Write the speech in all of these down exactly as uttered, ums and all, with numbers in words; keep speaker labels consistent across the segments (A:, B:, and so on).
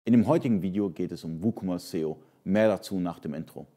A: In dem heutigen Video geht es um WooCommerce S E O. Mehr dazu nach dem Intro.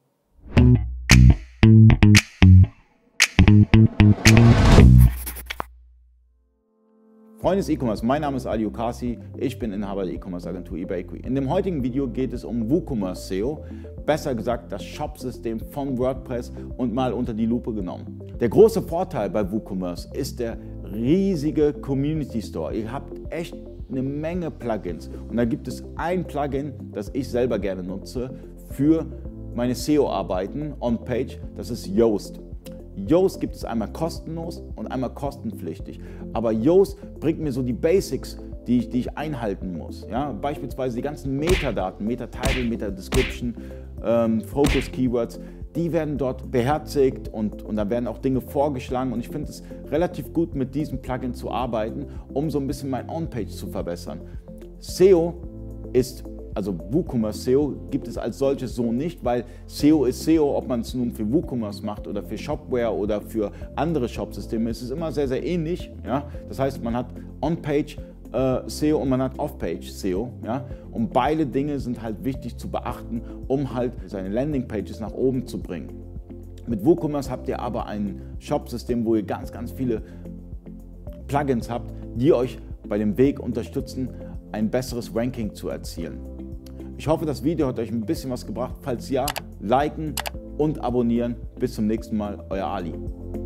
A: Freunde des E-Commerce, mein Name ist Ali Okasi, ich bin Inhaber der E-Commerce-Agentur eBakery. In dem heutigen Video geht es um WooCommerce S E O, besser gesagt das Shop-System von WordPress und mal unter die Lupe genommen. Der große Vorteil bei WooCommerce ist der riesige Community Store. Ihr habt echt eine Menge Plugins und da gibt es ein Plugin, das ich selber gerne nutze für meine S E O-Arbeiten on-Page, das ist Yoast. Yoast gibt es einmal kostenlos und einmal kostenpflichtig, aber Yoast bringt mir so die Basics, die ich, die ich einhalten muss. Ja? Beispielsweise die ganzen Metadaten, Meta-Title, Meta-Description, ähm, Focus-Keywords, die werden dort beherzigt und, und da werden auch Dinge vorgeschlagen und ich finde es relativ gut, mit diesem Plugin zu arbeiten, um so ein bisschen mein On-Page zu verbessern. S E O ist Also WooCommerce S E O gibt es als solches so nicht, weil S E O ist S E O, ob man es nun für WooCommerce macht oder für Shopware oder für andere Shopsysteme, es ist immer sehr, sehr ähnlich. Ja? Das heißt, man hat On-Page äh, S E O und man hat Off-Page S E O. Ja? Und beide Dinge sind halt wichtig zu beachten, um halt seine Landingpages nach oben zu bringen. Mit WooCommerce habt ihr aber ein Shopsystem, wo ihr ganz, ganz viele Plugins habt, die euch bei dem Weg unterstützen, ein besseres Ranking zu erzielen. Ich hoffe, das Video hat euch ein bisschen was gebracht. Falls ja, liken und abonnieren. Bis zum nächsten Mal, euer Ali.